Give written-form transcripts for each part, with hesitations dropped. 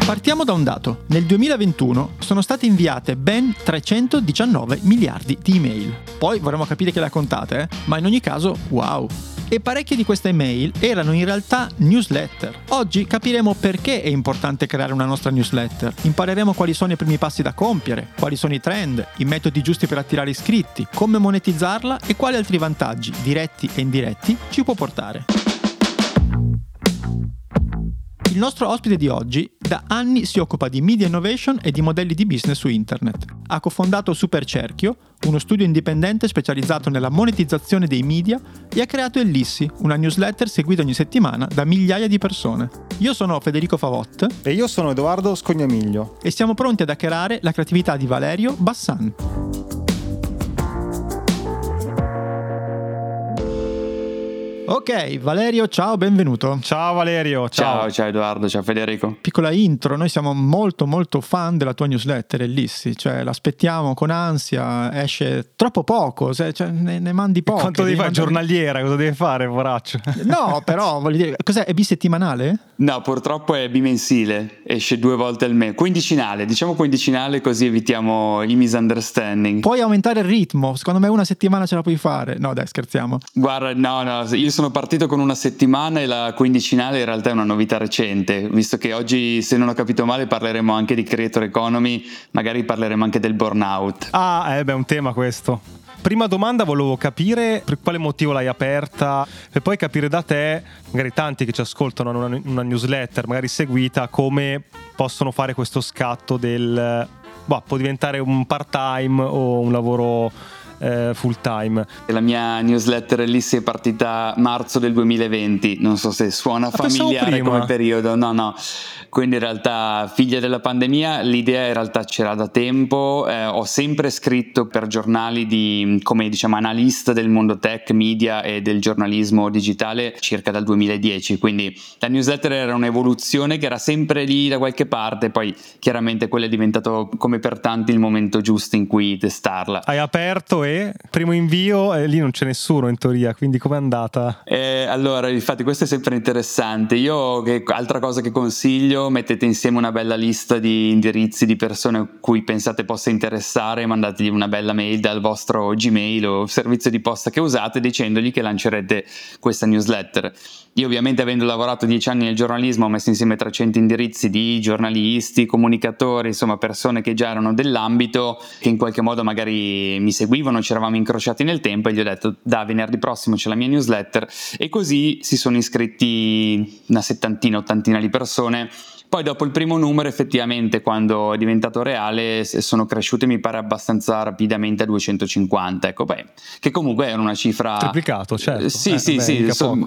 Partiamo da un dato. Nel 2021 sono state inviate ben 319 miliardi di email. Poi vorremmo capire che le ha contate, ma in ogni caso, wow! E parecchie di queste email erano in realtà newsletter. Oggi capiremo perché è importante creare una nostra newsletter. Impareremo quali sono i primi passi da compiere, quali sono i trend, i metodi giusti per attirare iscritti, come monetizzarla e quali altri vantaggi, diretti e indiretti, ci può portare. Il nostro ospite di oggi da anni si occupa di media innovation e di modelli di business su internet. Ha cofondato Supercerchio, uno studio indipendente specializzato nella monetizzazione dei media, e ha creato Ellissi, una newsletter seguita ogni settimana da migliaia di persone. Io sono Federico Favot e io sono Edoardo Scognamiglio e siamo pronti ad hackerare la creatività di Valerio Bassan. Ok, Valerio, ciao, benvenuto. Ciao Valerio, ciao. Ciao Edoardo, ciao Federico. Piccola intro, noi siamo molto fan della tua newsletter, Ellissi, cioè l'aspettiamo con ansia, esce troppo poco, cioè ne mandi poco. Quanto devi fare? Giornaliera, cosa devi fare, poraccio? No, però, voglio dire, cos'è, è bisettimanale? No, purtroppo è bimensile, esce 2 volte al mese, quindicinale così evitiamo i misunderstanding. Puoi aumentare il ritmo, secondo me una settimana ce la puoi fare. No dai, scherziamo. Guarda, no, io sono partito con una settimana e la quindicinale in realtà è una novità recente, visto che oggi, se non ho capito male, parleremo anche di creator economy, magari parleremo anche del burnout. È un tema questo. Prima domanda, volevo capire per quale motivo l'hai aperta e poi capire da te, magari tanti che ci ascoltano una newsletter magari seguita, come possono fare questo scatto del può diventare un part-time o un lavoro full time. La mia newsletter lì si è partita marzo del 2020, non so se suona familiare come periodo, no, quindi in realtà figlia della pandemia. L'idea in realtà c'era da tempo, ho sempre scritto per giornali come analista del mondo tech, media e del giornalismo digitale circa dal 2010, quindi la newsletter era un'evoluzione che era sempre lì da qualche parte, poi chiaramente quello è diventato, come per tanti, il momento giusto in cui testarla. Hai aperto primo invio e lì non c'è nessuno in teoria, quindi com'è andata? Allora, infatti questo è sempre interessante. Io, altra cosa che consiglio, mettete insieme una bella lista di indirizzi di persone cui pensate possa interessare, mandategli una bella mail dal vostro Gmail o servizio di posta che usate dicendogli che lancerete questa newsletter. Io, ovviamente, avendo lavorato 10 anni nel giornalismo, ho messo insieme 300 indirizzi di giornalisti, comunicatori, insomma persone che già erano dell'ambito, che in qualche modo magari mi seguivano, ci eravamo incrociati nel tempo, e gli ho detto: da venerdì prossimo c'è la mia newsletter, e così si sono iscritti una 70-80 di persone. Poi dopo il primo numero, effettivamente, quando è diventato reale, sono cresciute, mi pare, abbastanza rapidamente a 250, che comunque era una cifra triplicato, certo. Sì,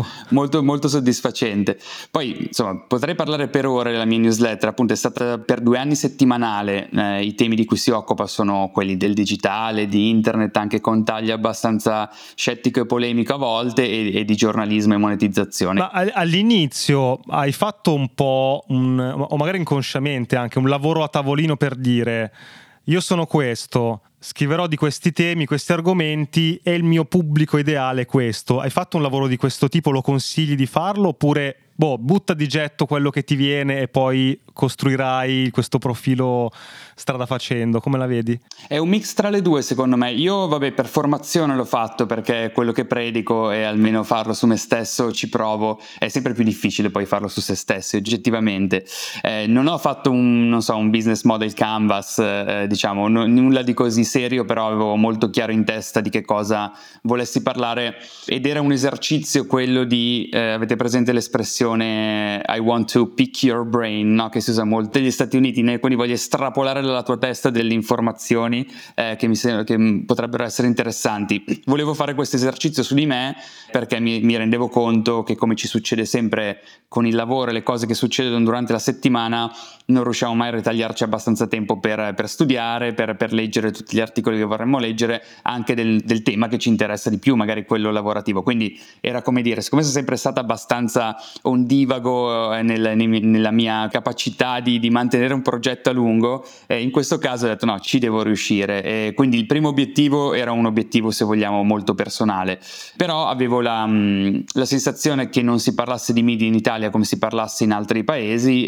molto soddisfacente. Poi insomma potrei parlare per ore della mia newsletter, appunto è stata per 2 anni settimanale. I temi di cui si occupa sono quelli del digitale, di internet, anche con tagli abbastanza scettico e polemico a volte, e di giornalismo e monetizzazione. Ma all'inizio hai fatto un po' o magari inconsciamente anche un lavoro a tavolino per dire: io sono questo, scriverò di questi temi, questi argomenti, e il mio pubblico ideale è questo. Hai fatto un lavoro di questo tipo? Lo consigli di farlo, oppure butta di getto quello che ti viene e poi costruirai questo profilo strada facendo? Come la vedi? È un mix tra le due, secondo me. Io per formazione l'ho fatto, perché è quello che predico, e almeno farlo su me stesso ci provo. È sempre più difficile poi farlo su se stessi, oggettivamente. Non ho fatto un business model canvas, nulla di così serio, però avevo molto chiaro in testa di che cosa volessi parlare, ed era un esercizio quello di avete presente l'espressione I want to pick your brain, no? Che si usa molto negli Stati Uniti, quindi voglio estrapolare dalla tua testa delle informazioni che potrebbero essere interessanti. Volevo fare questo esercizio su di me, perché mi rendevo conto che, come ci succede sempre con il lavoro e le cose che succedono durante la settimana, non riusciamo mai a ritagliarci abbastanza tempo per studiare, per leggere tutti gli articoli che vorremmo leggere, anche del tema che ci interessa di più, magari quello lavorativo. Quindi era, come dire, siccome sono sempre stata abbastanza ondivago nella mia capacità di mantenere un progetto a lungo, in questo caso ho detto no, ci devo riuscire, e quindi il primo obiettivo era un obiettivo, se vogliamo, molto personale, però avevo la sensazione che non si parlasse di media in Italia come si parlasse in altri paesi,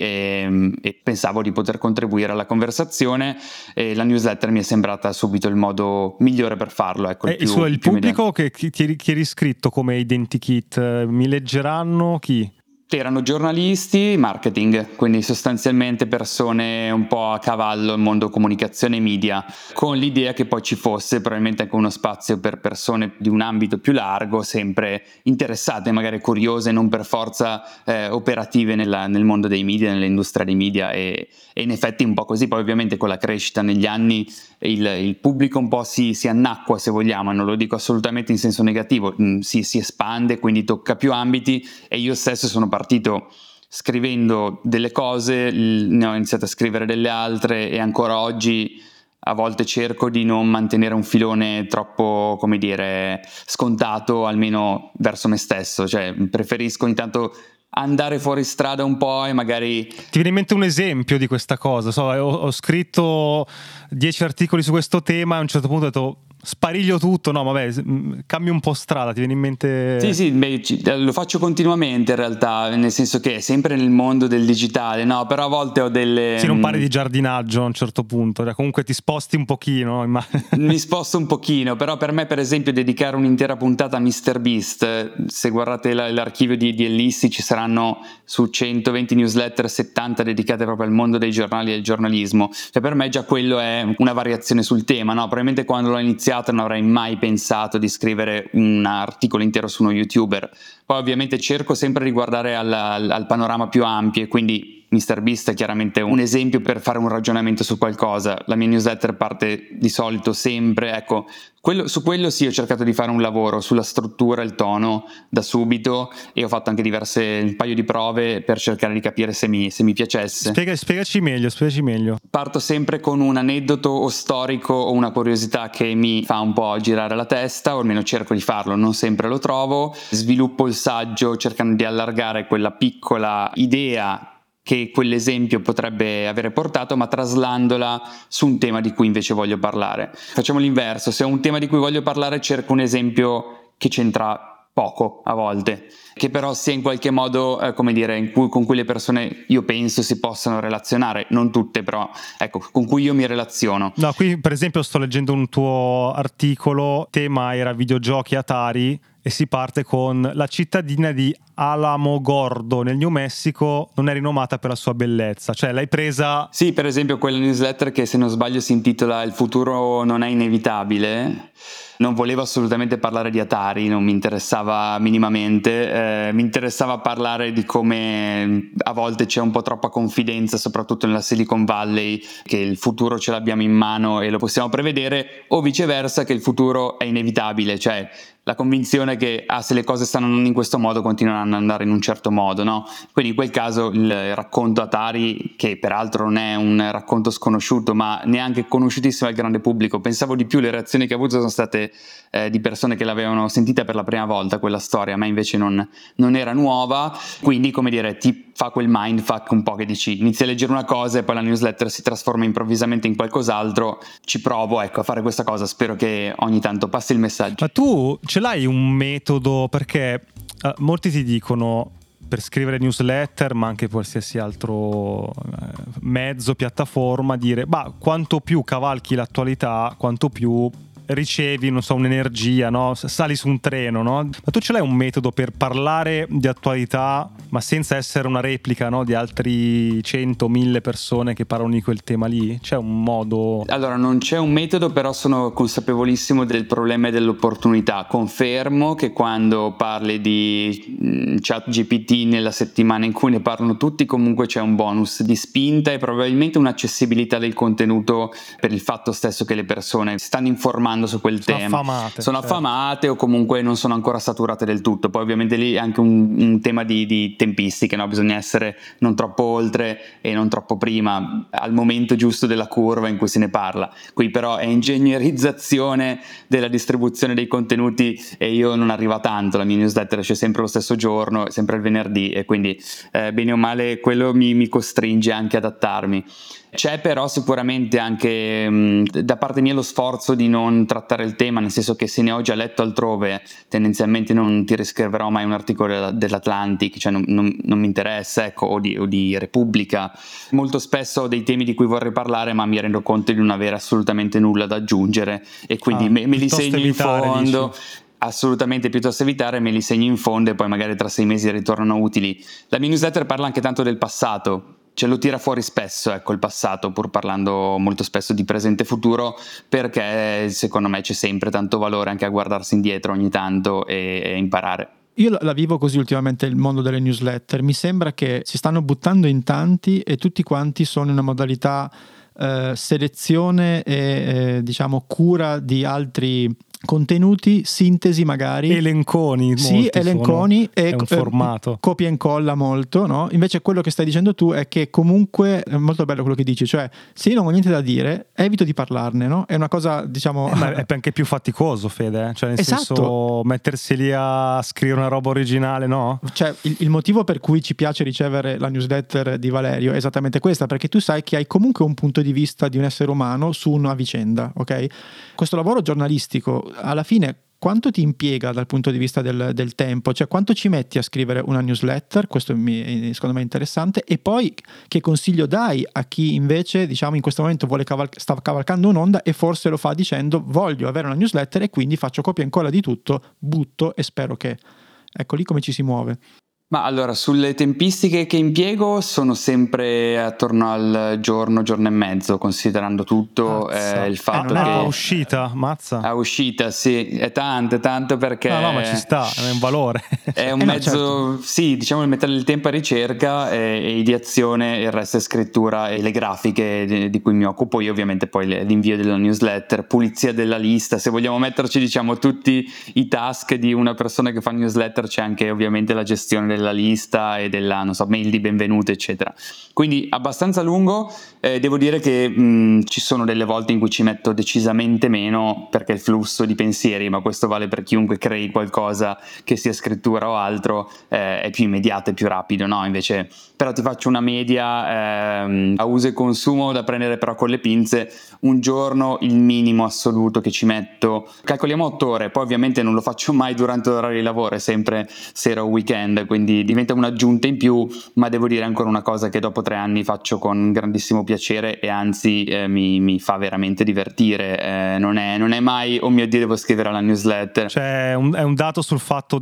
e pensavo di poter contribuire alla conversazione, e la newsletter mi è sembrata subito il modo migliore per farlo. Ecco, il pubblico che ti eri iscritto come Identikit, mi leggeranno chi? Erano giornalisti, marketing, quindi sostanzialmente persone un po' a cavallo nel mondo comunicazione e media, con l'idea che poi ci fosse probabilmente anche uno spazio per persone di un ambito più largo, sempre interessate, magari curiose, non per forza operative nel mondo dei media, nell'industria dei media, e in effetti un po' così. Poi ovviamente con la crescita negli anni il pubblico un po' si annacqua, se vogliamo, e non lo dico assolutamente in senso negativo, si espande, quindi tocca più ambiti, e io stesso sono partito scrivendo delle cose, ne ho iniziato a scrivere delle altre, e ancora oggi a volte cerco di non mantenere un filone troppo, come dire, scontato, almeno verso me stesso, cioè preferisco ogni tanto andare fuori strada un po' e magari... Ti viene in mente un esempio di questa cosa? Ho scritto 10 articoli su questo tema, a un certo punto ho detto spariglio tutto, no vabbè, cambio un po' strada, ti viene in mente? Sì, lo faccio continuamente in realtà, nel senso che è sempre nel mondo del digitale, no, però a volte ho delle... Sì, non parli di giardinaggio a un certo punto, cioè, comunque ti sposti un pochino. Mi sposto un pochino, però per me per esempio dedicare un'intera puntata a MrBeast, se guardate l'archivio di Ellissi ci saranno su 120 newsletter 70 dedicate proprio al mondo dei giornali e al giornalismo, cioè per me già quello è una variazione sul tema, no? Probabilmente quando l'ho iniziato non avrei mai pensato di scrivere un articolo intero su uno YouTuber. Poi ovviamente cerco sempre di guardare al panorama più ampio, e quindi MrBeast è chiaramente un esempio per fare un ragionamento su qualcosa. La mia newsletter parte di solito sempre, ecco, su quello sì, ho cercato di fare un lavoro sulla struttura, il tono da subito, e ho fatto anche un paio di prove per cercare di capire se mi piacesse. Spiegaci meglio. Parto sempre con un aneddoto o storico o una curiosità che mi fa un po' girare la testa, o almeno cerco di farlo, non sempre lo trovo. Sviluppo il saggio cercando di allargare quella piccola idea che quell'esempio potrebbe avere portato, ma traslandola su un tema di cui invece voglio parlare. Facciamo l'inverso: se ho un tema di cui voglio parlare, cerco un esempio che c'entra poco a volte, che però sia in qualche modo come dire, con cui le persone, io penso, si possano relazionare, non tutte, però ecco, con cui io mi relaziono. No, qui per esempio sto leggendo un tuo articolo, tema era videogiochi Atari, e si parte con: la cittadina di Alamogordo nel New Mexico non è rinomata per la sua bellezza. Cioè l'hai presa... Sì, per esempio quella newsletter che, se non sbaglio, si intitola "Il futuro non è inevitabile". Non volevo assolutamente parlare di Atari, non mi interessava minimamente, mi interessava parlare di come a volte c'è un po' troppa confidenza, soprattutto nella Silicon Valley, che il futuro ce l'abbiamo in mano e lo possiamo prevedere, o viceversa che il futuro è inevitabile, cioè la convinzione che se le cose stanno in questo modo continueranno ad andare in un certo modo, no? Quindi in quel caso il racconto Atari, che peraltro non è un racconto sconosciuto ma neanche conosciutissimo al grande pubblico, pensavo di più, le reazioni che ho avuto sono state di persone che l'avevano sentita per la prima volta quella storia, a me invece non era nuova, quindi come dire ti fa quel mindfuck un po' che dici inizi a leggere una cosa e poi la newsletter si trasforma improvvisamente in qualcos'altro, ci provo ecco a fare questa cosa, spero che ogni tanto passi il messaggio. Ma tu ce l'hai un metodo? Perché molti ti dicono, per scrivere newsletter ma anche qualsiasi altro mezzo, piattaforma, dire quanto più cavalchi l'attualità, quanto più ricevi, non so, un'energia, no? Sali su un treno, no? Ma tu ce l'hai un metodo per parlare di attualità ma senza essere una replica, no? Di altri 100-1000 persone che parlano di quel tema lì? C'è un modo? Allora, non c'è un metodo, però sono consapevolissimo del problema e dell'opportunità. Confermo che quando parli di ChatGPT nella settimana in cui ne parlano tutti, comunque c'è un bonus di spinta e probabilmente un'accessibilità del contenuto, per il fatto stesso che le persone si stanno informando lavorando su quel tema. Sono certo. affamate o comunque non sono ancora saturate del tutto. Poi ovviamente lì è anche un tema di tempistiche, no? Bisogna essere non troppo oltre e non troppo prima, al momento giusto della curva in cui se ne parla. Qui però è ingegnerizzazione della distribuzione dei contenuti e io non arrivo a tanto. La mia newsletter esce sempre lo stesso giorno, sempre il venerdì, e quindi bene o male quello mi costringe anche ad adattarmi. C'è però sicuramente anche da parte mia lo sforzo di non trattare il tema, nel senso che se ne ho già letto altrove, tendenzialmente non ti riscriverò mai un articolo dell'Atlantic, cioè non mi interessa, ecco, o di Repubblica. Molto spesso ho dei temi di cui vorrei parlare, ma mi rendo conto di non avere assolutamente nulla da aggiungere e quindi me li segno in fondo. Dici? Assolutamente, piuttosto evitare, me li segno in fondo e poi magari tra 6 mesi ritornano utili. La mia newsletter parla anche tanto del passato, ce lo tira fuori spesso, ecco, il passato, pur parlando molto spesso di presente e futuro, perché secondo me c'è sempre tanto valore anche a guardarsi indietro ogni tanto e imparare. Io la vivo così ultimamente, il mondo delle newsletter. Mi sembra che si stanno buttando in tanti e tutti quanti sono in una modalità selezione e diciamo cura di altri contenuti, sintesi magari, elenconi, sì, elenconi e è un formato copia e incolla molto, no? Invece quello che stai dicendo tu è che comunque è molto bello quello che dici, cioè se io non ho niente da dire evito di parlarne, no? È una cosa, diciamo, ma è anche più faticoso, Fede, cioè nel esatto. senso mettersi lì a scrivere una roba originale, no? Cioè il motivo per cui ci piace ricevere la newsletter di Valerio è esattamente questa, perché tu sai che hai comunque un punto di vista di un essere umano su una vicenda, ok? Questo lavoro giornalistico alla fine quanto ti impiega dal punto di vista del tempo? Cioè quanto ci metti a scrivere una newsletter? Questo secondo me è interessante. E poi che consiglio dai a chi invece, diciamo, in questo momento sta cavalcando un'onda e forse lo fa dicendo voglio avere una newsletter e quindi faccio copia e incolla di tutto, butto e spero che... Ecco lì come ci si muove. Ma allora, sulle tempistiche che impiego sono sempre attorno al giorno e mezzo, considerando tutto il fatto non che... a uscita, mazza? A uscita, sì, è tanto perché... No, ma ci sta, è un valore. È un mezzo, certo. Sì, diciamo mettere il tempo a ricerca e ideazione, il resto è scrittura e le grafiche di cui mi occupo io, ovviamente poi l'invio della newsletter, pulizia della lista, se vogliamo metterci diciamo tutti i task di una persona che fa newsletter, c'è anche ovviamente la gestione della lista e della, non so, mail di benvenuto eccetera, quindi abbastanza lungo. Devo dire che ci sono delle volte in cui ci metto decisamente meno perché il flusso di pensieri, ma questo vale per chiunque crei qualcosa che sia scrittura o altro, è più immediato e più rapido, no? Invece però ti faccio una media a uso e consumo da prendere però con le pinze. Un giorno il minimo assoluto che ci metto, calcoliamo 8 ore, poi ovviamente non lo faccio mai durante l'orario di lavoro, è sempre sera o weekend, quindi diventa un'aggiunta in più, ma devo dire ancora una cosa che dopo 3 anni faccio con grandissimo piacere e anzi mi fa veramente divertire, non è mai oh mio Dio devo scrivere la newsletter. Cioè è un dato sul fatto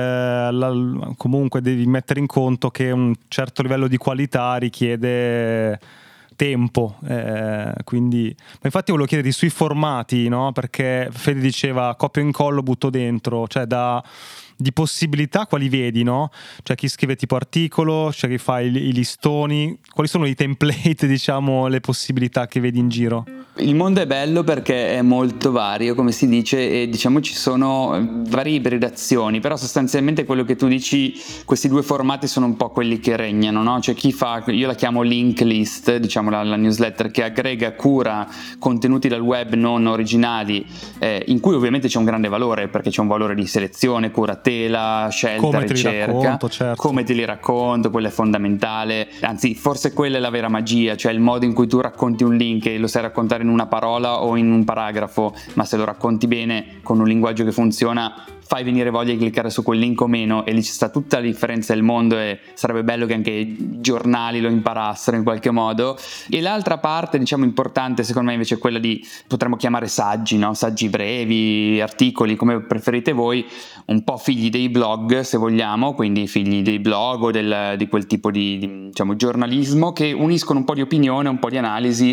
comunque devi mettere in conto che un certo livello di qualità richiede tempo, quindi ma infatti volevo chiederti sui formati, no? Perché Fede diceva copia e incollo, butto dentro, cioè di possibilità quali vedi, no? Cioè chi scrive tipo articolo, cioè chi fa i listoni, quali sono i template, diciamo, le possibilità che vedi in giro? Il mondo è bello perché è molto vario, come si dice, e diciamo ci sono varie ibridazioni, però sostanzialmente quello che tu dici, questi due formati sono un po' quelli che regnano, no? Cioè chi fa, io la chiamo link list, diciamo la newsletter che aggrega, cura contenuti dal web non originali, in cui ovviamente c'è un grande valore, perché c'è un valore di selezione, curatela, scelta, come ricerca, certo. Come te li racconto, quello è fondamentale, anzi forse quella è la vera magia, cioè il modo in cui tu racconti un link e lo sai raccontare in una parola o in un paragrafo, ma se lo racconti bene con un linguaggio che funziona fai venire voglia di cliccare su quel link o meno, e lì ci sta tutta la differenza del mondo e sarebbe bello che anche i giornali lo imparassero in qualche modo. E l'altra parte diciamo importante secondo me invece è quella di, potremmo chiamare saggi, no? Saggi brevi, articoli, come preferite voi, un po' figli dei blog se vogliamo, quindi figli dei blog o di quel tipo di diciamo giornalismo che uniscono un po' di opinione, un po' di analisi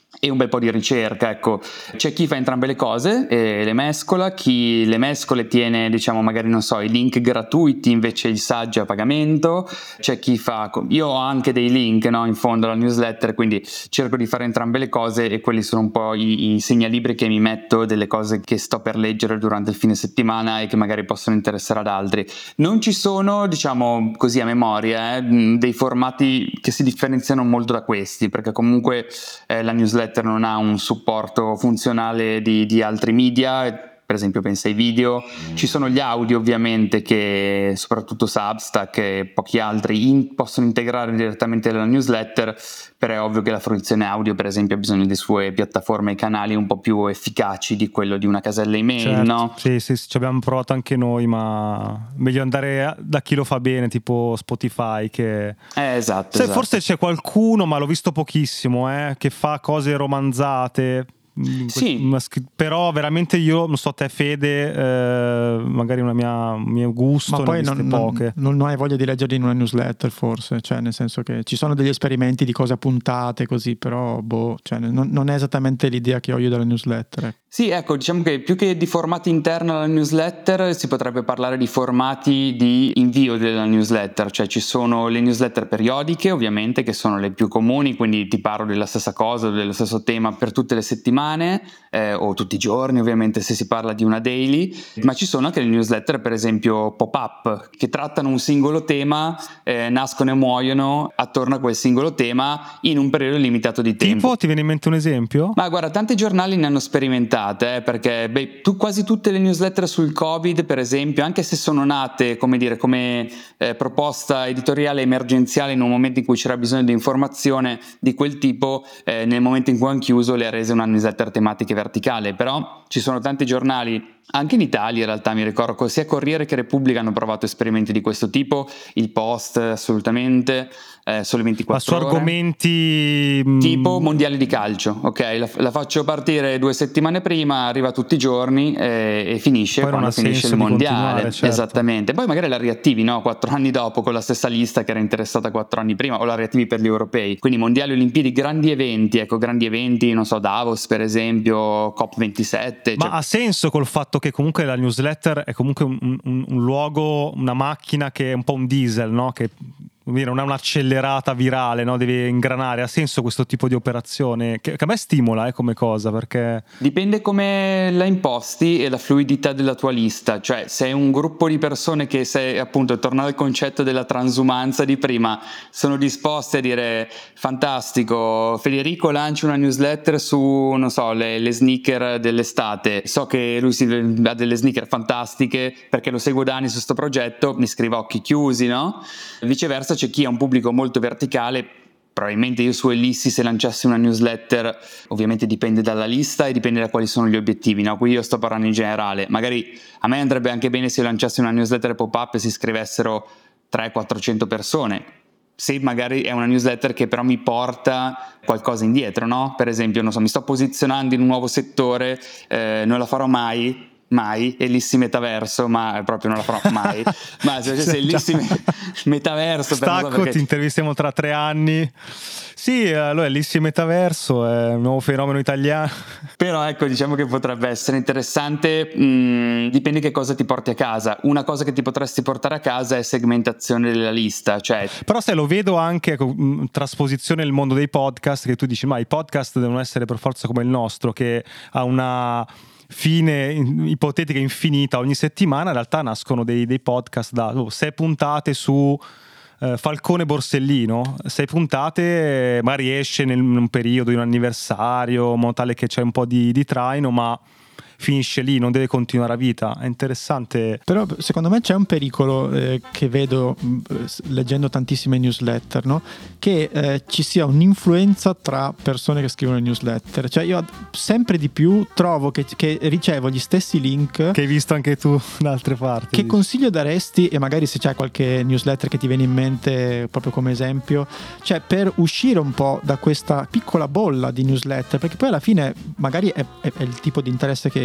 e un bel po' di ricerca, ecco. C'è chi fa entrambe le cose e le mescola, chi le mescola e tiene, diciamo, magari non so, i link gratuiti invece i saggi a pagamento, c'è chi fa, io ho anche dei link, no, in fondo alla newsletter, quindi cerco di fare entrambe le cose e quelli sono un po' i segnalibri che mi metto delle cose che sto per leggere durante il fine settimana e che magari possono interessare ad altri. Non ci sono, diciamo così a memoria, dei formati che si differenziano molto da questi, perché comunque la newsletter non ha un supporto funzionale di altri media, per esempio pensa ai video. Ci sono gli audio ovviamente che soprattutto Substack e pochi altri possono integrare direttamente nella newsletter, però è ovvio che la fruizione audio per esempio ha bisogno delle sue piattaforme e canali un po' più efficaci di quello di una casella email, certo. No? Sì, ci abbiamo provato anche noi, ma meglio andare da chi lo fa bene, tipo Spotify che... Esatto. Forse c'è qualcuno, ma l'ho visto pochissimo, che fa cose romanzate. Sì. Però veramente io non so te Fede, magari mio gusto, ma poi poche. Non hai voglia di leggerli in una newsletter forse, cioè nel senso che ci sono degli esperimenti di cose a puntate così, però cioè, non è esattamente l'idea che ho io della newsletter. Sì, ecco, diciamo che più che di formati interni alla newsletter si potrebbe parlare di formati di invio della newsletter, cioè ci sono le newsletter periodiche ovviamente che sono le più comuni, quindi ti parlo della stessa cosa, dello stesso tema per tutte le settimane o tutti i giorni ovviamente se si parla di una daily, ma ci sono anche le newsletter per esempio pop-up che trattano un singolo tema, nascono e muoiono attorno a quel singolo tema in un periodo limitato di tempo. Tipo, ti viene in mente un esempio? Ma guarda, tanti giornali ne hanno sperimentato perché quasi tutte le newsletter sul Covid per esempio, anche se sono nate come proposta editoriale emergenziale in un momento in cui c'era bisogno di informazione di quel tipo, nel momento in cui hanno chiuso le ha rese una newsletter tematica verticale. Però ci sono tanti giornali anche in Italia in realtà, mi ricordo sia Corriere che Repubblica hanno provato esperimenti di questo tipo, il Post assolutamente, Sole 24 ore. Su argomenti tipo mondiali di calcio, ok? La faccio partire 2 settimane prima, arriva tutti i giorni e finisce poi quando finisce il mondiale, certo. Esattamente. Poi magari la riattivi, no? 4 anni dopo con la stessa lista che era interessata 4 anni prima, o la riattivi per gli europei. Quindi mondiali, Olimpiadi, grandi eventi, non so, Davos per esempio, COP27. Ma ha senso col fatto che comunque la newsletter è comunque un luogo, una macchina che è un po' un diesel, no? Che non è un'accelerata virale, no? Deve ingranare. Ha senso questo tipo di operazione che a me stimola come cosa, perché dipende come la imposti e la fluidità della tua lista. Cioè se è un gruppo di persone che, appunto, tornando al concetto della transumanza di prima, sono disposte a dire fantastico, Federico lancia una newsletter su, non so, le sneaker dell'estate, so che lui ha delle sneaker fantastiche perché lo seguo da anni su sto progetto, mi scrive a occhi chiusi, no? Viceversa c'è chi ha un pubblico molto verticale. Probabilmente io su Ellissi, se lanciassi una newsletter, ovviamente dipende dalla lista e dipende da quali sono gli obiettivi, no? Qui io sto parlando in generale. Magari a me andrebbe anche bene se io lanciassi una newsletter pop-up e si iscrivessero 300-400 persone, se magari è una newsletter che però mi porta qualcosa indietro, no? Per esempio, non so, mi sto posizionando in un nuovo settore, non la farò mai, Ellissi Metaverso, ma proprio non la farò mai. Ma se c'è Ellissi Metaverso, stacco, perché ti intervistiamo tra 3 anni. Sì, allora Ellissi Metaverso è un nuovo fenomeno italiano. Però ecco, diciamo che potrebbe essere interessante, dipende che cosa ti porti a casa. Una cosa che ti potresti portare a casa è segmentazione della lista, cioè... Però lo vedo anche trasposizione nel mondo dei podcast, che tu dici ma i podcast devono essere per forza come il nostro, che ha una fine ipotetica infinita ogni settimana. In realtà nascono dei podcast da 6 puntate su Falcone Borsellino, 6 puntate, magari esce in un periodo di un anniversario, in modo tale che c'è un po' di traino, ma finisce lì, non deve continuare a vita. È interessante. Però secondo me c'è un pericolo che vedo leggendo tantissime newsletter, no? Che ci sia un'influenza tra persone che scrivono newsletter. Cioè io sempre di più trovo che ricevo gli stessi link che hai visto anche tu da altre parti. Che consiglio daresti, e magari se c'è qualche newsletter che ti viene in mente proprio come esempio, cioè per uscire un po' da questa piccola bolla di newsletter, perché poi alla fine magari è il tipo di interesse che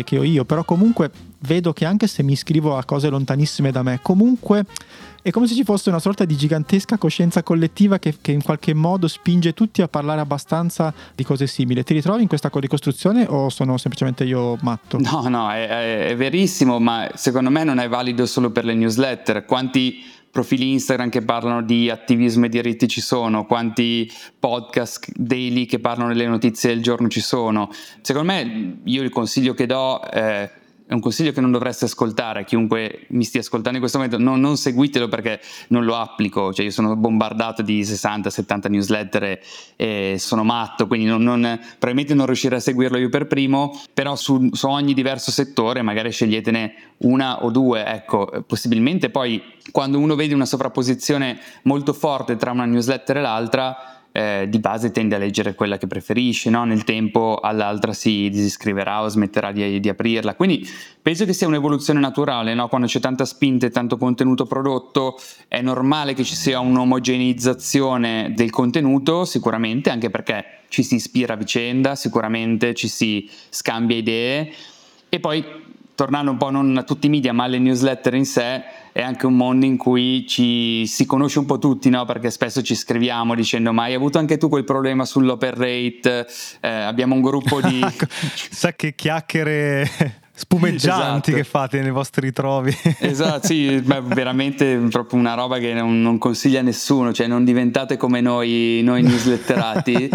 che ho io, però comunque vedo che anche se mi iscrivo a cose lontanissime da me, comunque è come se ci fosse una sorta di gigantesca coscienza collettiva che in qualche modo spinge tutti a parlare abbastanza di cose simili. Ti ritrovi in questa ricostruzione o sono semplicemente io matto? No, è verissimo, ma secondo me non è valido solo per le newsletter. Quanti profili Instagram che parlano di attivismo e diritti ci sono, quanti podcast daily che parlano delle notizie del giorno ci sono. Secondo me, io il consiglio che do è un consiglio che non dovreste ascoltare. Chiunque mi stia ascoltando in questo momento, non seguitelo, perché non lo applico. Cioè, io sono bombardato di 60-70 newsletter e sono matto, quindi probabilmente non riuscirei a seguirlo io per primo, però su ogni diverso settore magari sceglietene una o due, ecco. Possibilmente poi, quando uno vede una sovrapposizione molto forte tra una newsletter e l'altra, di base tende a leggere quella che preferisce, no? Nel tempo all'altra si disiscriverà o smetterà di aprirla. Quindi penso che sia un'evoluzione naturale, no? Quando c'è tanta spinta e tanto contenuto prodotto, è normale che ci sia un'omogeneizzazione del contenuto, sicuramente, anche perché ci si ispira a vicenda, sicuramente ci si scambia idee. E poi, tornando un po' non a tutti i media ma alle newsletter in sé, è anche un mondo in cui ci si conosce un po' tutti, no? Perché spesso ci scriviamo dicendo: ma hai avuto anche tu quel problema sull'open rate? Abbiamo un gruppo di... Sa che chiacchiere spumeggianti, esatto, che fate nei vostri ritrovi. Esatto, sì, veramente proprio una roba che non consiglia a nessuno, cioè non diventate come noi newsletterati,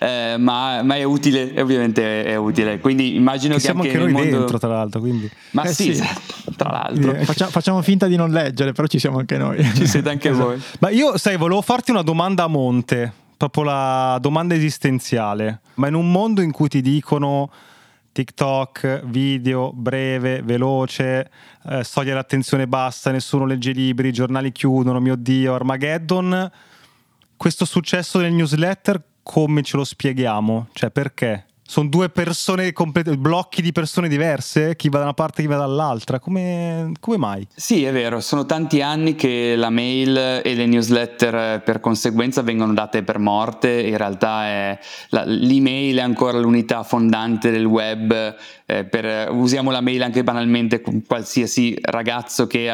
ma è utile, ovviamente è utile. Quindi immagino che siamo anche noi nel mondo... dentro, tra l'altro, quindi... Ma sì, sì, tra l'altro. Facciamo finta di non leggere, però ci siamo anche noi. Ci siete anche voi. Ma io, volevo farti una domanda a monte, proprio la domanda esistenziale. Ma in un mondo in cui ti dicono TikTok, video, breve, veloce, soglia l'attenzione bassa, nessuno legge libri, i giornali chiudono, mio Dio, Armageddon, questo successo del newsletter come ce lo spieghiamo? Cioè, perché? Sono due persone blocchi di persone diverse, chi va da una parte e chi va dall'altra, come mai? Sì, è vero, sono tanti anni che la mail e le newsletter per conseguenza vengono date per morte. In realtà l'email è ancora l'unità fondante del web. Usiamo la mail anche banalmente, qualsiasi ragazzo che a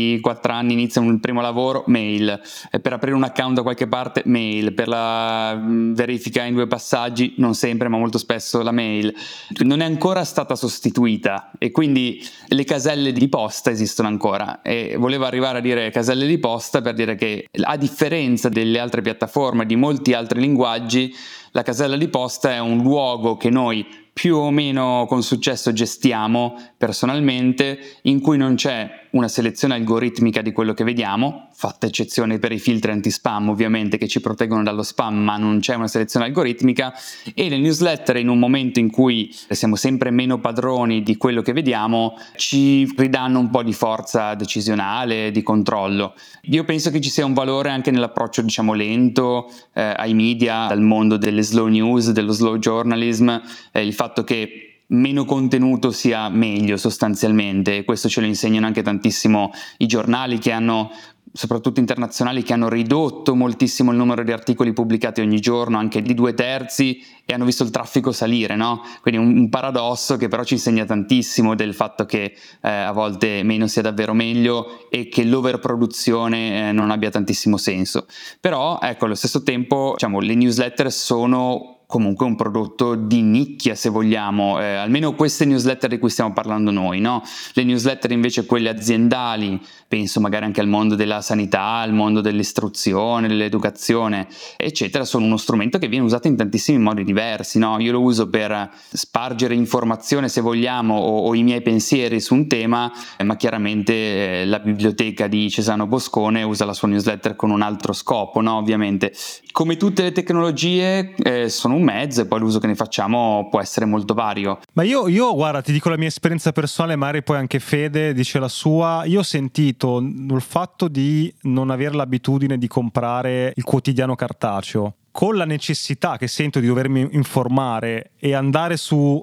24 anni inizia un primo lavoro, mail, per aprire un account da qualche parte, mail, per la verifica in 2 passaggi, non sempre ma molto spesso la mail. Non è ancora stata sostituita e quindi le caselle di posta esistono ancora, e volevo arrivare a dire caselle di posta per dire che, a differenza delle altre piattaforme, di molti altri linguaggi, la casella di posta è un luogo che noi più o meno con successo gestiamo personalmente, in cui non c'è una selezione algoritmica di quello che vediamo, fatta eccezione per i filtri anti-spam ovviamente che ci proteggono dallo spam, ma non c'è una selezione algoritmica. E le newsletter, in un momento in cui siamo sempre meno padroni di quello che vediamo, ci ridanno un po' di forza decisionale, di controllo. Io penso che ci sia un valore anche nell'approccio, diciamo, lento ai media, al mondo delle slow news, dello slow journalism, il fatto che meno contenuto sia meglio sostanzialmente, e questo ce lo insegnano anche tantissimo i giornali, che hanno, soprattutto internazionali, che hanno ridotto moltissimo il numero di articoli pubblicati ogni giorno, anche di 2/3, e hanno visto il traffico salire, no? Quindi un paradosso che però ci insegna tantissimo del fatto che a volte meno sia davvero meglio, e che l'overproduzione non abbia tantissimo senso. Però ecco, allo stesso tempo, diciamo, le newsletter sono comunque un prodotto di nicchia, se vogliamo, almeno queste newsletter di cui stiamo parlando noi, no? Le newsletter invece, quelle aziendali, penso magari anche al mondo della sanità, al mondo dell'istruzione, dell'educazione, eccetera, sono uno strumento che viene usato in tantissimi modi diversi, no? Io lo uso per spargere informazione, se vogliamo, o i miei pensieri su un tema, ma chiaramente la biblioteca di Cesano Boscone usa la sua newsletter con un altro scopo, no? Ovviamente. Come tutte le tecnologie sono un mezzo, e poi l'uso che ne facciamo può essere molto vario. Ma io guarda, ti dico la mia esperienza personale, magari poi anche Fede dice la sua. Io ho sentito il fatto di non avere l'abitudine di comprare il quotidiano cartaceo, con la necessità che sento di dovermi informare e andare su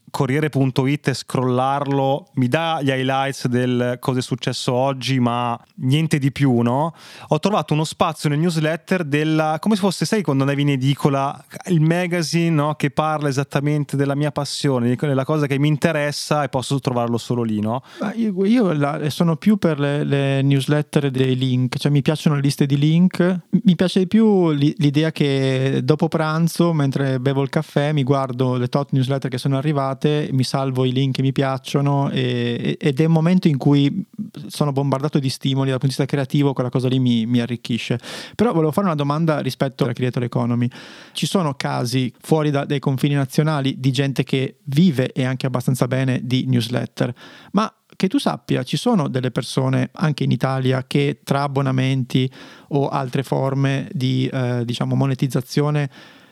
Corriere.it e scrollarlo mi dà gli highlights del cosa è successo oggi, ma niente di più, no? Ho trovato uno spazio nel newsletter come se fosse, sai, quando andavi in edicola, il magazine, no? Che parla esattamente della mia passione, della cosa che mi interessa, e posso trovarlo solo lì, no? Io sono più per le newsletter dei link, cioè mi piacciono le liste di link, mi piace di più l'idea che dopo pranzo, mentre bevo il caffè, mi guardo le tot newsletter che sono arrivate, mi salvo i link che mi piacciono ed è un momento in cui sono bombardato di stimoli dal punto di vista creativo, quella cosa lì mi arricchisce. Però volevo fare una domanda rispetto alla creator economy. Ci sono casi fuori dai confini nazionali di gente che vive e anche abbastanza bene di newsletter, ma che tu sappia ci sono delle persone anche in Italia che tra abbonamenti o altre forme di diciamo monetizzazione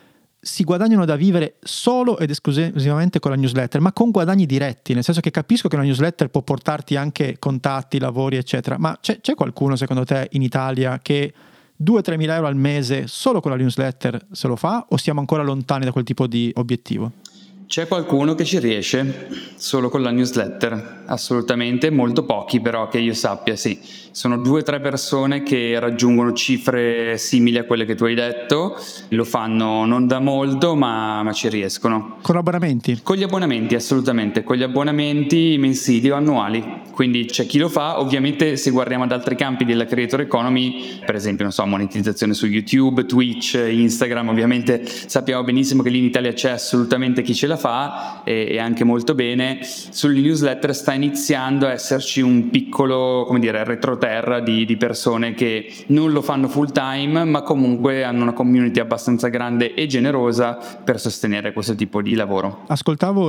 si guadagnano da vivere solo ed esclusivamente con la newsletter, ma con guadagni diretti, nel senso che capisco che una newsletter può portarti anche contatti, lavori, eccetera, ma c'è qualcuno secondo te in Italia che 2-3 mila euro al mese solo con la newsletter se lo fa, o siamo ancora lontani da quel tipo di obiettivo? C'è qualcuno che ci riesce solo con la newsletter, assolutamente, molto pochi però che io sappia, sì. Sono 2-3 persone che raggiungono cifre simili a quelle che tu hai detto, lo fanno non da molto ma ci riescono. Con abbonamenti? Con gli abbonamenti, assolutamente, con gli abbonamenti mensili o annuali, quindi c'è chi lo fa. Ovviamente se guardiamo ad altri campi della creator economy, per esempio non so, monetizzazione su YouTube, Twitch, Instagram, ovviamente sappiamo benissimo che lì in Italia c'è assolutamente chi ce la fa e anche molto bene. Sulle newsletter sta iniziando a esserci un piccolo, come dire, retroterra di persone che non lo fanno full time ma comunque hanno una community abbastanza grande e generosa per sostenere questo tipo di lavoro. Ascoltavo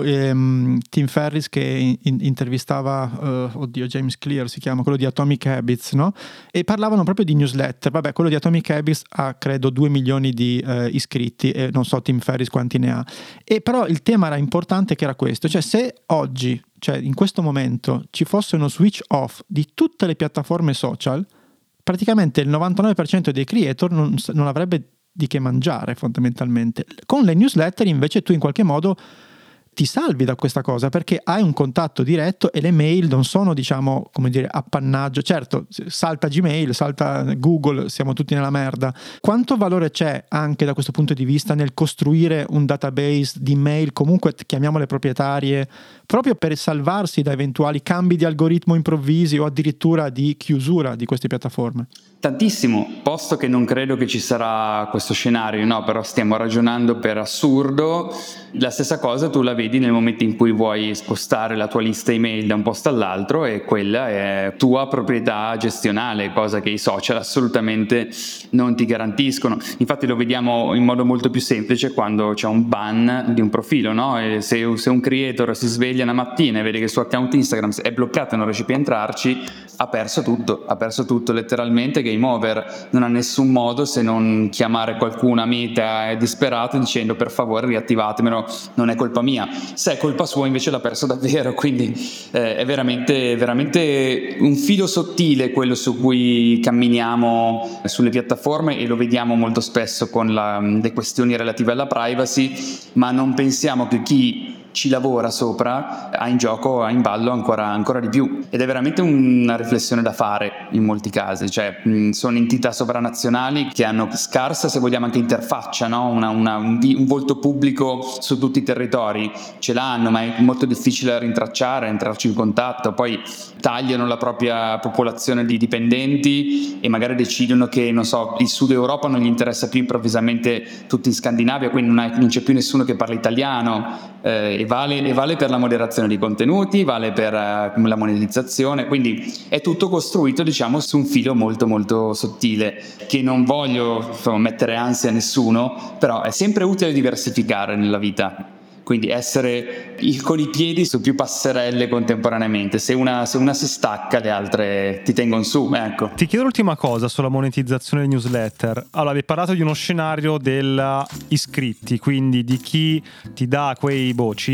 Tim Ferriss che intervistava James Clear si chiama, quello di Atomic Habits, no? E parlavano proprio di newsletter. Vabbè, quello di Atomic Habits ha credo 2 milioni di iscritti e non so Tim Ferriss quanti ne ha, e però il tema era importante, che era questo, cioè se oggi, cioè in questo momento, ci fosse uno switch off di tutte le piattaforme social, praticamente il 99% dei creator non avrebbe di che mangiare fondamentalmente. Con le newsletter invece tu in qualche modo ti salvi da questa cosa perché hai un contatto diretto e le mail non sono, diciamo, come dire, appannaggio. Certo, salta Gmail, salta Google, siamo tutti nella merda. Quanto valore c'è anche da questo punto di vista nel costruire un database di mail, comunque chiamiamole proprietarie, proprio per salvarsi da eventuali cambi di algoritmo improvvisi o addirittura di chiusura di queste piattaforme? Tantissimo, posto che non credo che ci sarà questo scenario, no, però stiamo ragionando per assurdo. La stessa cosa tu la vedi nel momento in cui vuoi spostare la tua lista email da un posto all'altro, e quella è tua proprietà gestionale, cosa che i social assolutamente non ti garantiscono. Infatti lo vediamo in modo molto più semplice quando c'è un ban di un profilo, no? E se un creator si sveglia una mattina e vede che il suo account Instagram è bloccato e non riesce più a entrarci, ha perso tutto letteralmente. Game over, non ha nessun modo se non chiamare qualcuno a Meta disperato dicendo per favore riattivatemelo, non è colpa mia. Se è colpa sua invece l'ha perso davvero, quindi è veramente un filo sottile quello su cui camminiamo sulle piattaforme, e lo vediamo molto spesso con le questioni relative alla privacy, ma non pensiamo che chi ci lavora sopra ha in ballo ancora di più, ed è veramente una riflessione da fare in molti casi. Cioè sono entità sovranazionali che hanno scarsa, se vogliamo, anche interfaccia, no? un volto pubblico su tutti i territori ce l'hanno, ma è molto difficile da rintracciare, entrarci in contatto. Poi tagliano la propria popolazione di dipendenti e magari decidono che, non so, il Sud Europa non gli interessa più, improvvisamente tutti in Scandinavia, quindi non c'è più nessuno che parla italiano. E vale per la moderazione dei contenuti, vale per la monetizzazione, quindi è tutto costruito, diciamo, su un filo molto molto sottile, che non voglio mettere ansia a nessuno, però è sempre utile diversificare nella vita, quindi essere con i piedi su più passerelle contemporaneamente. Se una si stacca, le altre ti tengono su, ecco. Ti chiedo l'ultima cosa sulla monetizzazione dei newsletter. Allora, avevi parlato di uno scenario degli iscritti, quindi di chi ti dà quei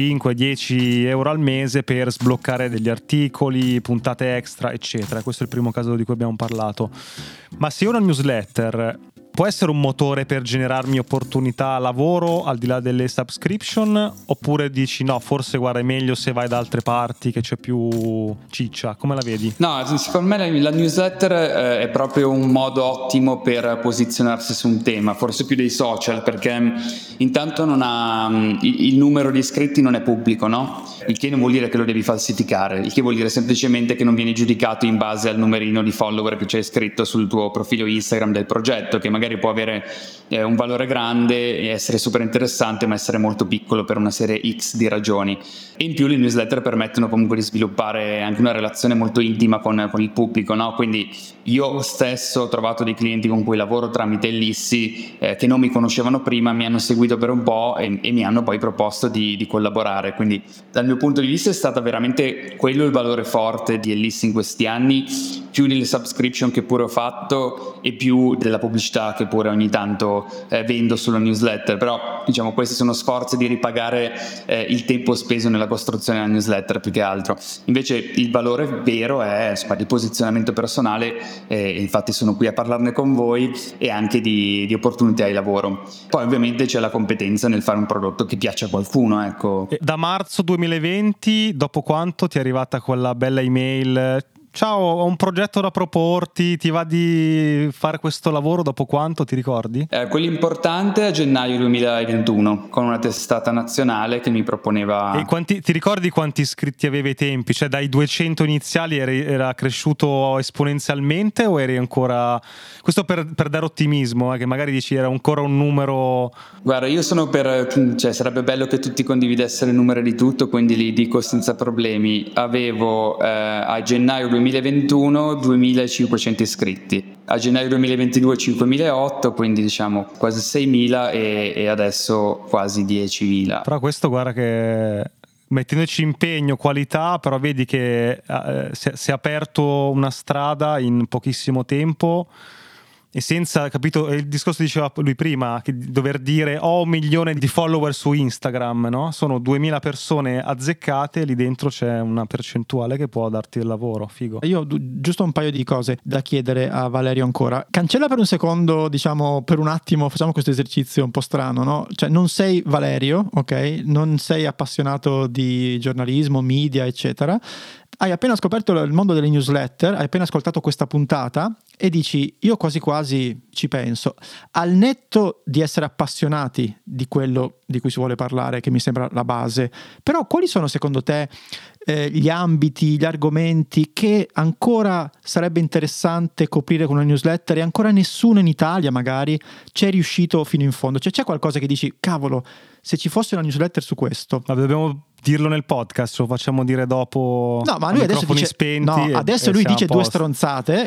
5-10 euro al mese per sbloccare degli articoli, puntate extra, eccetera. Questo è il primo caso di cui abbiamo parlato. Ma se una newsletter Può essere un motore per generarmi opportunità lavoro al di là delle subscription, oppure dici no, forse guarda è meglio se vai da altre parti che c'è più ciccia? Come la vedi? No, secondo me la newsletter è proprio un modo ottimo per posizionarsi su un tema, forse più dei social, perché intanto non ha il numero di iscritti non è pubblico, no? Il che non vuol dire che lo devi falsificare, il che vuol dire semplicemente che non vieni giudicato in base al numerino di follower che c'è scritto sul tuo profilo Instagram del progetto, che magari può avere un valore grande e essere super interessante, ma essere molto piccolo per una serie X di ragioni. E in più le newsletter permettono comunque di sviluppare anche una relazione molto intima con il pubblico, no? Quindi io stesso ho trovato dei clienti con cui lavoro tramite Ellissi che non mi conoscevano prima, mi hanno seguito per un po' e mi hanno poi proposto di collaborare. Quindi dal mio punto di vista è stato veramente quello il valore forte di Ellissi in questi anni, più delle subscription che pure ho fatto e più della pubblicità che pure ogni tanto vendo sulla newsletter. Però diciamo questi sono sforzi di ripagare il tempo speso nella costruzione della newsletter più che altro. Invece il valore vero è insomma di posizionamento personale, e infatti sono qui a parlarne con voi, e anche di opportunità di lavoro. Poi ovviamente c'è la competenza nel fare un prodotto che piaccia a qualcuno, ecco. Da marzo 2020, dopo quanto ti è arrivata quella bella email? Ciao, ho un progetto da proporti, ti va di fare questo lavoro? Dopo quanto, ti ricordi? Quello importante è a gennaio 2021, con una testata nazionale che mi proponeva... E ti ricordi quanti iscritti avevi ai tempi? Cioè dai 200 iniziali era cresciuto esponenzialmente o eri ancora... Questo per dare ottimismo, che magari dici era ancora un numero... Guarda, io sono cioè sarebbe bello che tutti condividessero il numero di tutto, quindi li dico senza problemi. Avevo a gennaio 2021 2500 iscritti, a gennaio 2022 5008, quindi diciamo quasi 6000 e adesso quasi 10.000. Però questo guarda che mettendoci impegno, qualità, però vedi che si è aperto una strada in pochissimo tempo. E senza, capito, il discorso diceva lui prima, che dover dire ho 1 milione di follower su Instagram, no? Sono 2000 persone azzeccate, lì dentro c'è una percentuale che può darti il lavoro, figo. Io giusto un paio di cose da chiedere a Valerio ancora. Cancella per un secondo, diciamo per un attimo, facciamo questo esercizio un po' strano, no? Cioè non sei Valerio, ok? Non sei appassionato di giornalismo, media, eccetera. Hai appena scoperto il mondo delle newsletter, hai appena ascoltato questa puntata e dici io quasi quasi ci penso. Al netto di essere appassionati di quello di cui si vuole parlare, che mi sembra la base, però quali sono secondo te gli ambiti, gli argomenti che ancora sarebbe interessante coprire con una newsletter e ancora nessuno in Italia magari c'è riuscito fino in fondo? Cioè c'è qualcosa che dici cavolo, se ci fosse una newsletter su questo... Dobbiamo dirlo nel podcast, lo facciamo dire dopo. No, ma lui adesso dice spenti. No, adesso lui dice 2 stronzate,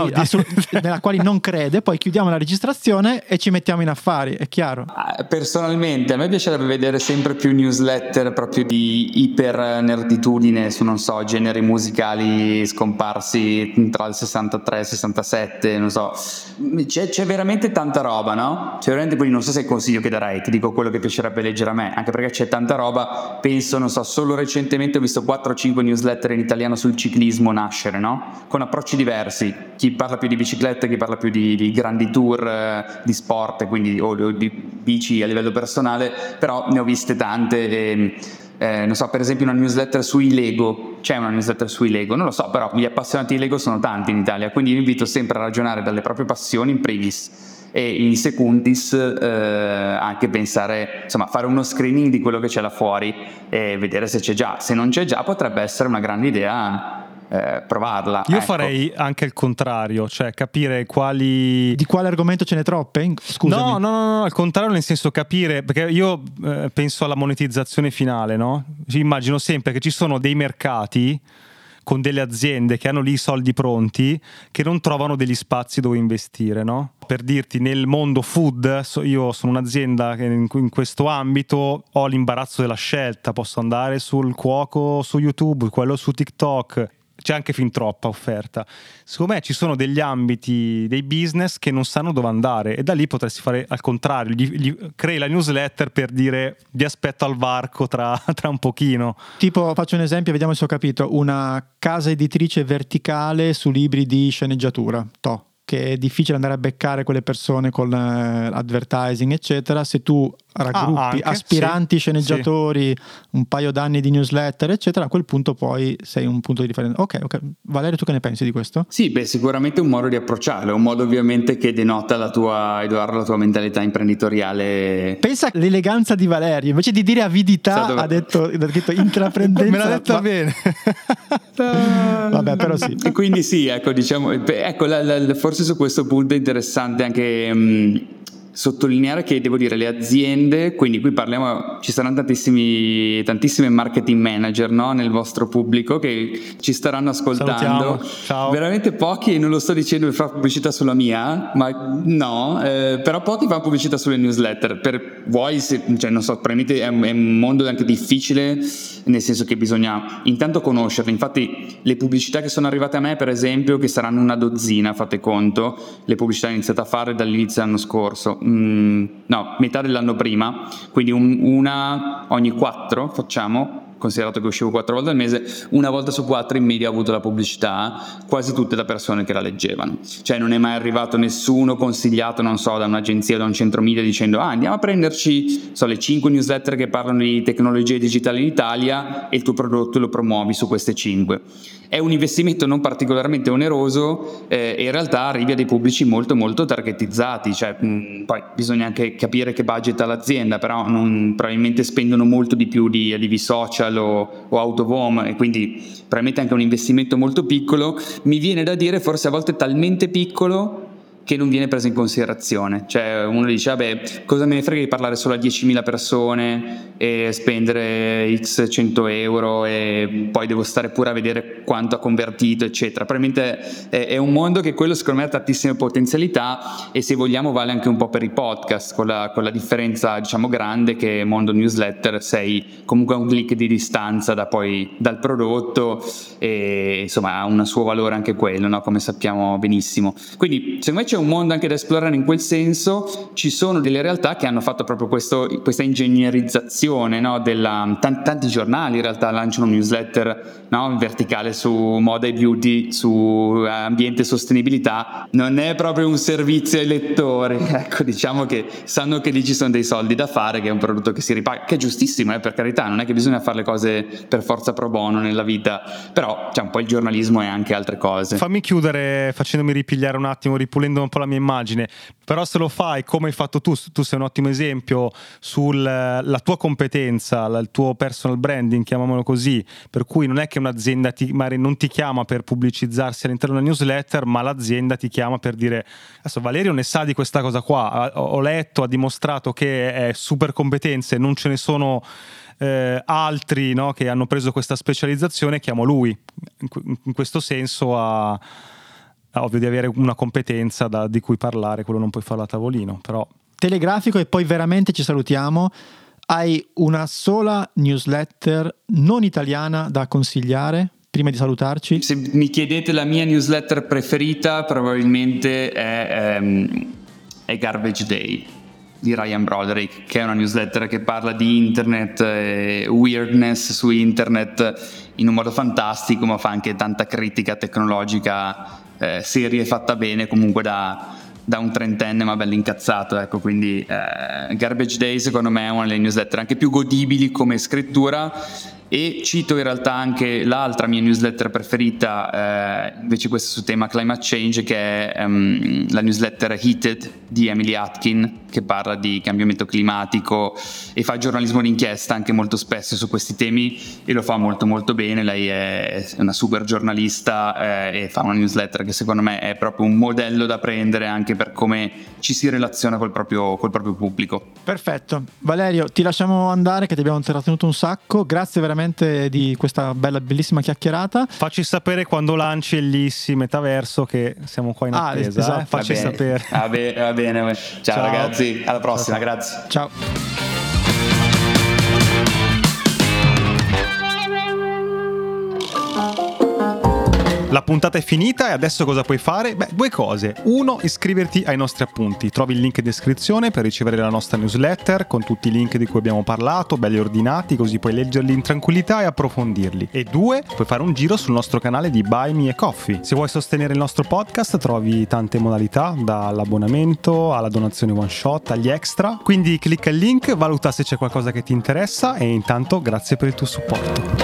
nella quali non crede, poi chiudiamo la registrazione e ci mettiamo in affari, è chiaro. Personalmente a me piacerebbe vedere sempre più newsletter proprio di iper nerditudine su, non so, generi musicali scomparsi tra il 63 e il 67, non so. C'è veramente tanta roba, no? C'è veramente, quindi non so se è il consiglio che darei, ti dico quello che piacerebbe leggere a me, anche perché c'è tanta roba. Penso, non so, solo recentemente ho visto 4 o 5 newsletter in italiano sul ciclismo nascere, no? Con approcci diversi, chi parla più di bicicletta, chi parla più di grandi tour di sport, quindi o di bici a livello personale, però ne ho viste tante. Non so, per esempio una newsletter sui Lego, c'è una newsletter sui Lego, non lo so, però gli appassionati di Lego sono tanti in Italia, quindi vi invito sempre a ragionare dalle proprie passioni in primis, e in secundis anche pensare, insomma, fare uno screening di quello che c'è là fuori e vedere se c'è già. Se non c'è già potrebbe essere una grande idea provarla. Io farei anche il contrario, cioè capire quali... Di quale argomento ce n'è troppe? Scusami. No, al contrario, nel senso capire, perché io penso alla monetizzazione finale, no? Immagino sempre che ci sono dei mercati con delle aziende che hanno lì i soldi pronti, che non trovano degli spazi dove investire, no? Per dirti, nel mondo food, io sono un'azienda che in questo ambito ho l'imbarazzo della scelta, posso andare sul cuoco su YouTube, quello su TikTok, c'è anche fin troppa offerta. Secondo me ci sono degli ambiti, dei business che non sanno dove andare, e da lì potresti fare al contrario, crei la newsletter per dire vi aspetto al varco tra un pochino. Tipo, faccio un esempio, vediamo se ho capito, una casa editrice verticale su libri di sceneggiatura, che è difficile andare a beccare quelle persone con advertising eccetera. Se tu raggruppi anche, aspiranti sì, sceneggiatori, un paio d'anni di newsletter eccetera, a quel punto poi sei un punto di differenza. Ok, Valerio, tu che ne pensi di questo? Sì, beh, sicuramente un modo di approcciarlo, un modo ovviamente che denota la tua, Edoardo, la tua mentalità imprenditoriale. Pensa all'eleganza di Valerio, invece di dire avidità ha detto intraprendenza. Me l'ha detto bene. Vabbè, però sì. E quindi sì, ecco, diciamo, forse su questo punto è interessante anche sottolineare che, devo dire, le aziende, quindi qui parliamo, ci saranno tantissime marketing manager, no, nel vostro pubblico che ci staranno ascoltando. Ciao. Veramente pochi, non lo sto dicendo per fare pubblicità sulla mia, ma no, però pochi fanno pubblicità sulle newsletter. Cioè non so, probabilmente è un mondo anche difficile, nel senso che bisogna intanto conoscerle. Infatti le pubblicità che sono arrivate a me, per esempio, che saranno una dozzina, fate conto, le pubblicità che ho iniziato a fare dall'inizio dell'anno scorso, metà dell'anno prima, quindi una ogni 4 facciamo, considerato che uscivo 4 volte al mese, una volta su 4 in media ho avuto la pubblicità, quasi tutte da persone che la leggevano. Cioè non è mai arrivato nessuno consigliato, non so, da un'agenzia o da un centro media dicendo andiamo a prenderci le 5 newsletter che parlano di tecnologie digitali in Italia e il tuo prodotto lo promuovi su queste 5. È un investimento non particolarmente oneroso e in realtà arrivi a dei pubblici molto molto targetizzati, cioè poi bisogna anche capire che budget ha l'azienda, però probabilmente spendono molto di più di ADV social o out of home, e quindi probabilmente anche un investimento molto piccolo, mi viene da dire forse a volte talmente piccolo che non viene preso in considerazione. Cioè uno dice vabbè, cosa me ne frega di parlare solo a 10.000 persone e spendere x 100 euro e poi devo stare pure a vedere quanto ha convertito eccetera. Probabilmente è un mondo che quello secondo me ha tantissime potenzialità, e se vogliamo vale anche un po' per i podcast, con la differenza diciamo grande che mondo newsletter sei comunque a un click di distanza dal prodotto, e insomma ha un suo valore anche quello, no? Come sappiamo benissimo. Quindi secondo me c'è un mondo anche da esplorare in quel senso. Ci sono delle realtà che hanno fatto proprio questa ingegnerizzazione, no? Tanti giornali in realtà lanciano un newsletter, no? Verticale su moda e beauty, su ambiente e sostenibilità. Non è proprio un servizio ai lettori, ecco, diciamo che sanno che lì ci sono dei soldi da fare, che è un prodotto che si ripaga, che è giustissimo, per carità, non è che bisogna fare le cose per forza pro bono nella vita, però c'è un po' il giornalismo e anche altre cose. Fammi chiudere facendomi ripigliare un attimo, ripulendo un po' la mia immagine, però se lo fai come hai fatto tu sei un ottimo esempio sulla tua competenza, il tuo personal branding, chiamiamolo così, per cui non è che un'azienda magari non ti chiama per pubblicizzarsi all'interno della newsletter, ma l'azienda ti chiama per dire adesso Valerio ne sa di questa cosa qua, ho letto, ha dimostrato che è super competenze, non ce ne sono altri, no, che hanno preso questa specializzazione, chiamo lui. In questo senso ha ovvio di avere una competenza di cui parlare, quello non puoi farlo a tavolino, però. Telegrafico, e poi veramente ci salutiamo. Hai una sola newsletter non italiana da consigliare prima di salutarci? Se mi chiedete la mia newsletter preferita, probabilmente è Garbage Day di Ryan Broderick, che è una newsletter che parla di internet e weirdness su internet in un modo fantastico, ma fa anche tanta critica tecnologica seria e fatta bene, comunque da un trentenne ma bello incazzato, ecco. Quindi Garbage Day secondo me è una delle newsletter anche più godibili come scrittura. E cito in realtà anche l'altra mia newsletter preferita, invece questa su tema climate change, che è la newsletter Heated di Emily Atkin, che parla di cambiamento climatico e fa giornalismo d'inchiesta anche molto spesso su questi temi, e lo fa molto molto bene. Lei è una super giornalista e fa una newsletter che secondo me è proprio un modello da prendere anche per come ci si relaziona col proprio pubblico. Perfetto. Valerio, ti lasciamo andare che ti abbiamo trattenuto un sacco, grazie veramente di questa bellissima chiacchierata. Facci sapere quando lanci il Lissi Metaverso, che siamo qua in attesa. Esatto. Facci sapere. Va bene. Ciao ragazzi, alla prossima. Ciao. Grazie. Ciao. La puntata è finita e adesso cosa puoi fare? Beh, 2 cose. 1, iscriverti ai nostri appunti. Trovi il link in descrizione per ricevere la nostra newsletter con tutti i link di cui abbiamo parlato, belli ordinati, così puoi leggerli in tranquillità e approfondirli. E 2, puoi fare un giro sul nostro canale di Buy Me a Coffee. Se vuoi sostenere il nostro podcast trovi tante modalità, dall'abbonamento alla donazione one shot agli extra. Quindi clicca il link, valuta se c'è qualcosa che ti interessa e intanto grazie per il tuo supporto.